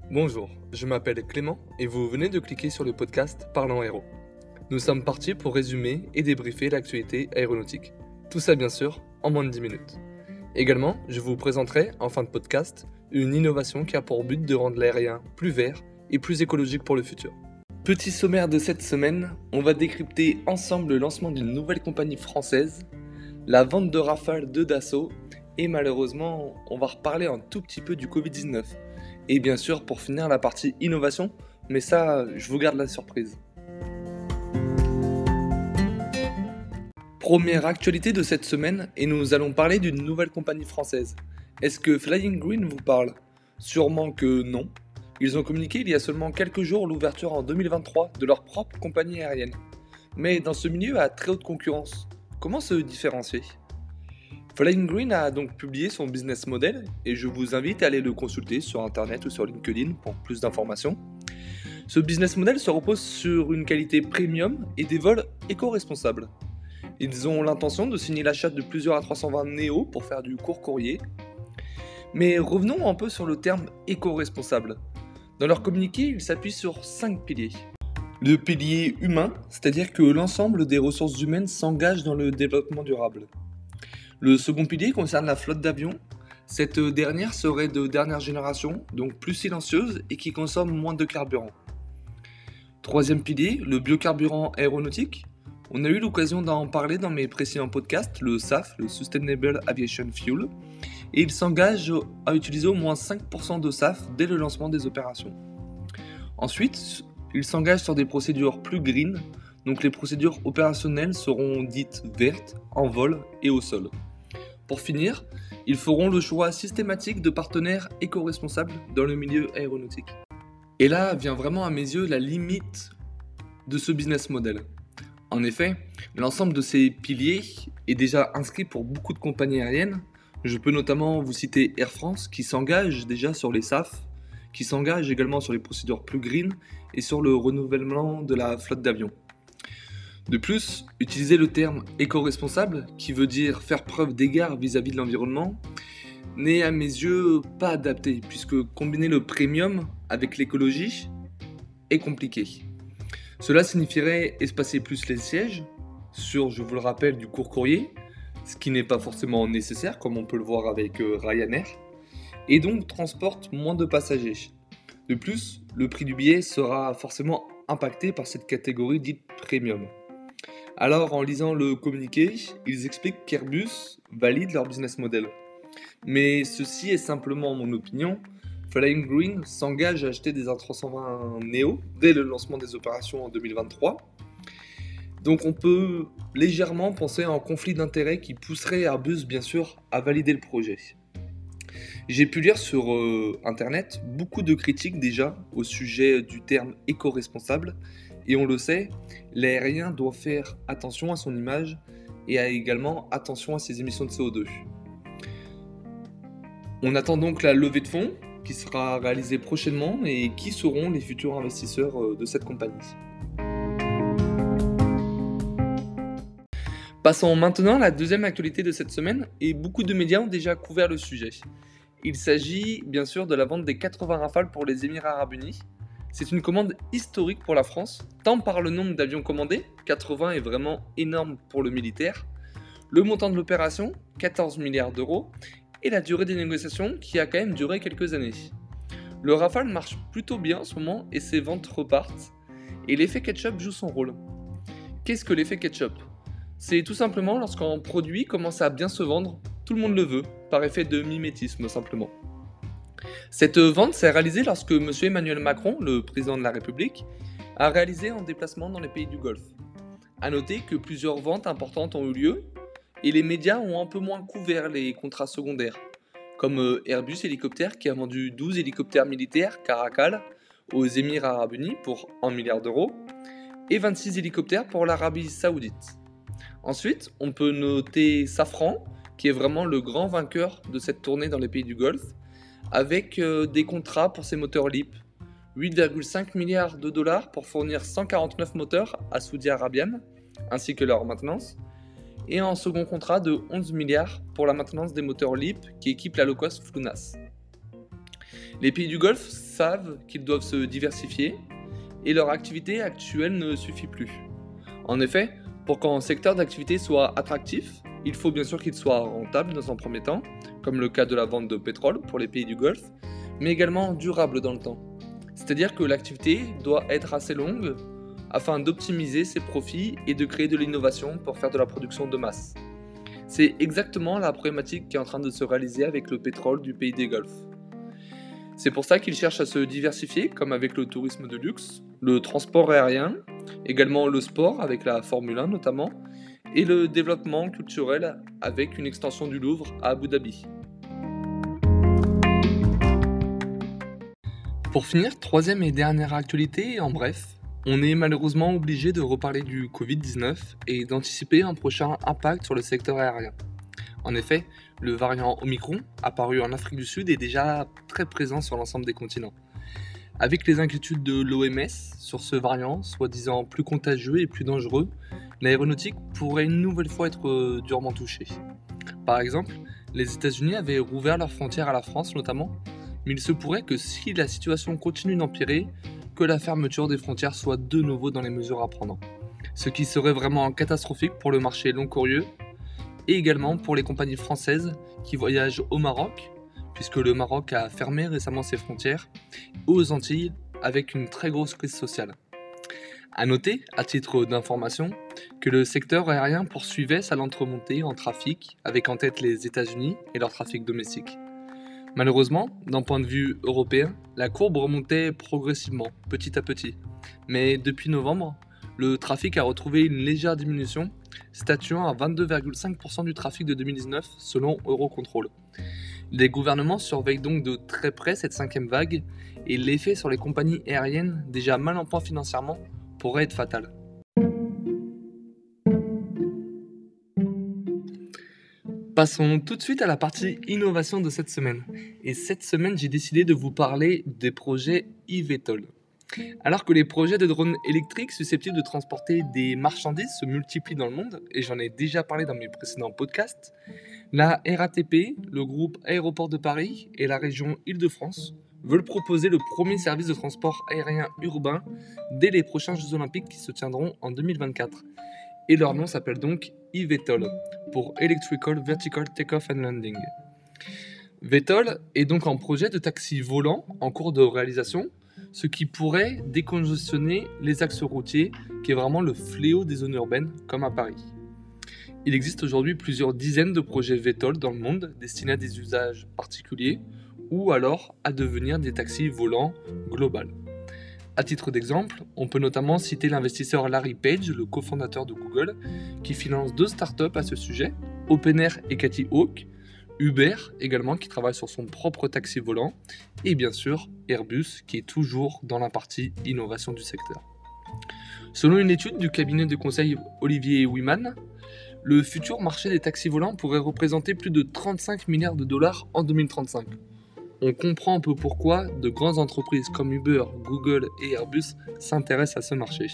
Bonjour, je m'appelle Clément et vous venez de cliquer sur le podcast Parlons Aéro. Nous sommes partis pour résumer et débriefer l'actualité aéronautique. Tout ça bien sûr en moins de 10 minutes. Également, je vous présenterai en fin de podcast une innovation qui a pour but de rendre l'aérien plus vert et plus écologique pour le futur. Petit sommaire de cette semaine, on va décrypter ensemble le lancement d'une nouvelle compagnie française, la vente de Rafale de Dassault et malheureusement, on va reparler un tout petit peu du Covid-19. Et bien sûr, pour finir, la partie innovation, mais ça, je vous garde la surprise. Première actualité de cette semaine, et nous allons parler d'une nouvelle compagnie française. Est-ce que Flying Green vous parle ? Sûrement que non. Ils ont communiqué il y a seulement quelques jours l'ouverture en 2023 de leur propre compagnie aérienne. Mais dans ce milieu à très haute concurrence, comment se différencier ? Flying Green a donc publié son business model et je vous invite à aller le consulter sur internet ou sur LinkedIn pour plus d'informations. Ce business model se repose sur une qualité premium et des vols éco-responsables. Ils ont l'intention de signer l'achat de plusieurs A320 Neo pour faire du court courrier. Mais revenons un peu sur le terme éco-responsable. Dans leur communiqué, ils s'appuient sur 5 piliers. Le pilier humain, c'est-à-dire que l'ensemble des ressources humaines s'engagent dans le développement durable. Le second pilier concerne la flotte d'avions. Cette dernière serait de dernière génération, donc plus silencieuse et qui consomme moins de carburant. Troisième pilier, le biocarburant aéronautique. On a eu l'occasion d'en parler dans mes précédents podcasts, le SAF, le Sustainable Aviation Fuel, et il s'engage à utiliser au moins 5% de SAF dès le lancement des opérations. Ensuite, il s'engage sur des procédures plus green, donc les procédures opérationnelles seront dites vertes, en vol et au sol. Pour finir, ils feront le choix systématique de partenaires éco-responsables dans le milieu aéronautique. Et là vient vraiment à mes yeux la limite de ce business model. En effet, l'ensemble de ces piliers est déjà inscrit pour beaucoup de compagnies aériennes. Je peux notamment vous citer Air France qui s'engage déjà sur les SAF, qui s'engage également sur les procédures plus green et sur le renouvellement de la flotte d'avions. De plus, utiliser le terme éco-responsable, qui veut dire faire preuve d'égard vis-à-vis de l'environnement, n'est à mes yeux pas adapté, puisque combiner le premium avec l'écologie est compliqué. Cela signifierait espacer plus les sièges, sur, je vous le rappelle, du court courrier, ce qui n'est pas forcément nécessaire, comme on peut le voir avec Ryanair, et donc transporte moins de passagers. De plus, le prix du billet sera forcément impacté par cette catégorie dite premium. Alors, en lisant le communiqué, ils expliquent qu'Airbus valide leur business model. Mais ceci est simplement mon opinion. Flying Green s'engage à acheter des A320 Neo dès le lancement des opérations en 2023. Donc on peut légèrement penser à un conflit d'intérêts qui pousserait Airbus bien sûr à valider le projet. J'ai pu lire sur internet beaucoup de critiques déjà au sujet du terme éco-responsable. Et on le sait, l'aérien doit faire attention à son image et également attention à ses émissions de CO2. On attend donc la levée de fonds qui sera réalisée prochainement et qui seront les futurs investisseurs de cette compagnie. Passons maintenant à la deuxième actualité de cette semaine et beaucoup de médias ont déjà couvert le sujet. Il s'agit bien sûr de la vente des 80 Rafales pour les Émirats Arabes Unis. C'est une commande historique pour la France, tant par le nombre d'avions commandés, 80 est vraiment énorme pour le militaire, le montant de l'opération, 14 milliards d'euros, et la durée des négociations qui a quand même duré quelques années. Le Rafale marche plutôt bien en ce moment et ses ventes repartent, et l'effet ketchup joue son rôle. Qu'est-ce que l'effet ketchup ? C'est tout simplement lorsqu'un produit commence à bien se vendre, tout le monde le veut, par effet de mimétisme simplement. Cette vente s'est réalisée lorsque M. Emmanuel Macron, le président de la République, a réalisé un déplacement dans les pays du Golfe. A noter que plusieurs ventes importantes ont eu lieu et les médias ont un peu moins couvert les contrats secondaires, comme Airbus Hélicoptères qui a vendu 12 hélicoptères militaires Caracal aux Émirats Arabes Unis pour 1 milliard d'euros et 26 hélicoptères pour l'Arabie Saoudite. Ensuite, on peut noter Safran, qui est vraiment le grand vainqueur de cette tournée dans les pays du Golfe, avec des contrats pour ses moteurs LEAP, 8,5 milliards de dollars pour fournir 149 moteurs à Saudi Arabian, ainsi que leur maintenance, et un second contrat de 11 milliards pour la maintenance des moteurs LEAP qui équipent la low-cost FLUNAS. Les pays du Golfe savent qu'ils doivent se diversifier et leur activité actuelle ne suffit plus. En effet, pour qu'un secteur d'activité soit attractif, il faut bien sûr qu'il soit rentable dans un premier temps, comme le cas de la vente de pétrole pour les pays du Golfe, mais également durable dans le temps. C'est-à-dire que l'activité doit être assez longue afin d'optimiser ses profits et de créer de l'innovation pour faire de la production de masse. C'est exactement la problématique qui est en train de se réaliser avec le pétrole du pays des Golfes. C'est pour ça qu'ils cherchent à se diversifier, comme avec le tourisme de luxe, le transport aérien, également le sport avec la Formule 1 notamment, et le développement culturel avec une extension du Louvre à Abu Dhabi. Pour finir, troisième et dernière actualité, en bref, on est malheureusement obligé de reparler du Covid-19 et d'anticiper un prochain impact sur le secteur aérien. En effet, le variant Omicron, apparu en Afrique du Sud, est déjà très présent sur l'ensemble des continents. Avec les inquiétudes de l'OMS sur ce variant, soi-disant plus contagieux et plus dangereux, l'aéronautique pourrait une nouvelle fois être durement touchée. Par exemple, les États-Unis avaient rouvert leurs frontières à la France notamment, mais il se pourrait que si la situation continue d'empirer, que la fermeture des frontières soit de nouveau dans les mesures à prendre. Ce qui serait vraiment catastrophique pour le marché long-courrier et également pour les compagnies françaises qui voyagent au Maroc, puisque le Maroc a fermé récemment ses frontières, aux Antilles avec une très grosse crise sociale. A noter, à titre d'information, que le secteur aérien poursuivait sa lente remontée en trafic, avec en tête les États-Unis et leur trafic domestique. Malheureusement, d'un point de vue européen, la courbe remontait progressivement, petit à petit. Mais depuis novembre, le trafic a retrouvé une légère diminution, statuant à 22,5% du trafic de 2019 selon Eurocontrol. Les gouvernements surveillent donc de très près cette cinquième vague et l'effet sur les compagnies aériennes déjà mal en point financièrement pourrait être fatal. Passons tout de suite à la partie innovation de cette semaine. Et cette semaine, j'ai décidé de vous parler des projets eVTOL. Alors que les projets de drones électriques susceptibles de transporter des marchandises se multiplient dans le monde, et j'en ai déjà parlé dans mes précédents podcasts, la RATP, le groupe Aéroports de Paris et la région Île-de-France veulent proposer le premier service de transport aérien urbain dès les prochains Jeux Olympiques qui se tiendront en 2024. Et leur nom s'appelle donc eVTOL, pour Electrical Vertical Takeoff and Landing. VTOL est donc un projet de taxi volant en cours de réalisation, ce qui pourrait décongestionner les axes routiers, qui est vraiment le fléau des zones urbaines, comme à Paris. Il existe aujourd'hui plusieurs dizaines de projets VTOL dans le monde destinés à des usages particuliers, ou alors à devenir des taxis volants globaux. À titre d'exemple, on peut notamment citer l'investisseur Larry Page, le cofondateur de Google, qui finance 2 startups à ce sujet, OpenAir et Cathy Hawk, Uber également qui travaille sur son propre taxi volant, et bien sûr Airbus qui est toujours dans la partie innovation du secteur. Selon une étude du cabinet de conseil Olivier Wyman, le futur marché des taxis volants pourrait représenter plus de 35 milliards de dollars en 2035. On comprend un peu pourquoi de grandes entreprises comme Uber, Google et Airbus s'intéressent à ce marché.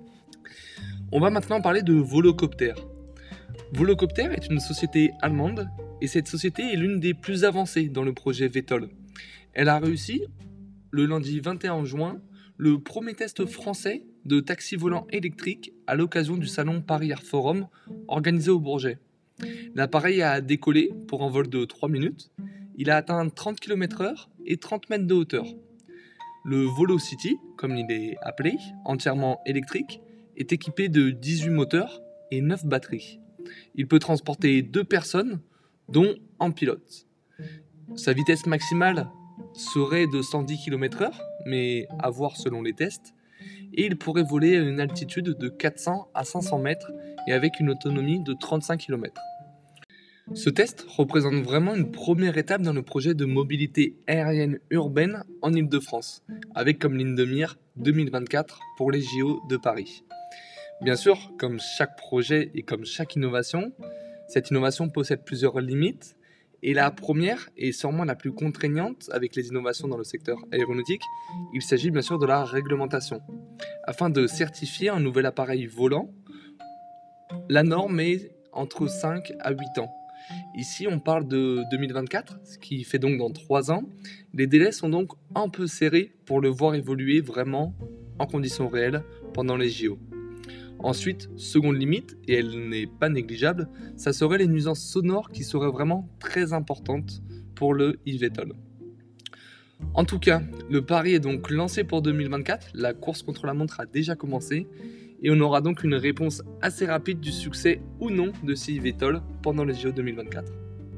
On va maintenant parler de Volocopter. Volocopter est une société allemande et cette société est l'une des plus avancées dans le projet VTOL. Elle a réussi, le lundi 21 juin, le premier test français de taxi volant électrique à l'occasion du salon Paris Air Forum organisé au Bourget. L'appareil a décollé pour un vol de 3 minutes. Il a atteint 30 km/h et 30 mètres de hauteur. Le Volocity, comme il est appelé, entièrement électrique, est équipé de 18 moteurs et 9 batteries. Il peut transporter 2 personnes, dont un pilote. Sa vitesse maximale serait de 110 km/h, mais à voir selon les tests, et il pourrait voler à une altitude de 400 à 500 mètres et avec une autonomie de 35 km. Ce test représente vraiment une première étape dans le projet de mobilité aérienne urbaine en Île-de-France, avec comme ligne de mire 2024 pour les JO de Paris. Bien sûr, comme chaque projet et comme chaque innovation, cette innovation possède plusieurs limites, et la première, et sûrement la plus contraignante avec les innovations dans le secteur aéronautique, il s'agit bien sûr de la réglementation. Afin de certifier un nouvel appareil volant, la norme est entre 5 à 8 ans. Ici, on parle de 2024, ce qui fait donc dans 3 ans. Les délais sont donc un peu serrés pour le voir évoluer vraiment en conditions réelles pendant les JO. Ensuite, seconde limite, et elle n'est pas négligeable, ça serait les nuisances sonores qui seraient vraiment très importantes pour le eVTOL. En tout cas, le pari est donc lancé pour 2024, la course contre la montre a déjà commencé, et on aura donc une réponse assez rapide du succès ou non de ce eVTOL pendant les JO 2024.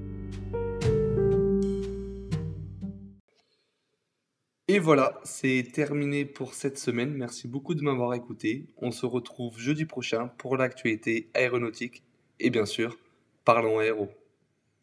Et voilà, c'est terminé pour cette semaine. Merci beaucoup de m'avoir écouté. On se retrouve jeudi prochain pour l'actualité aéronautique et bien sûr, parlons aéro.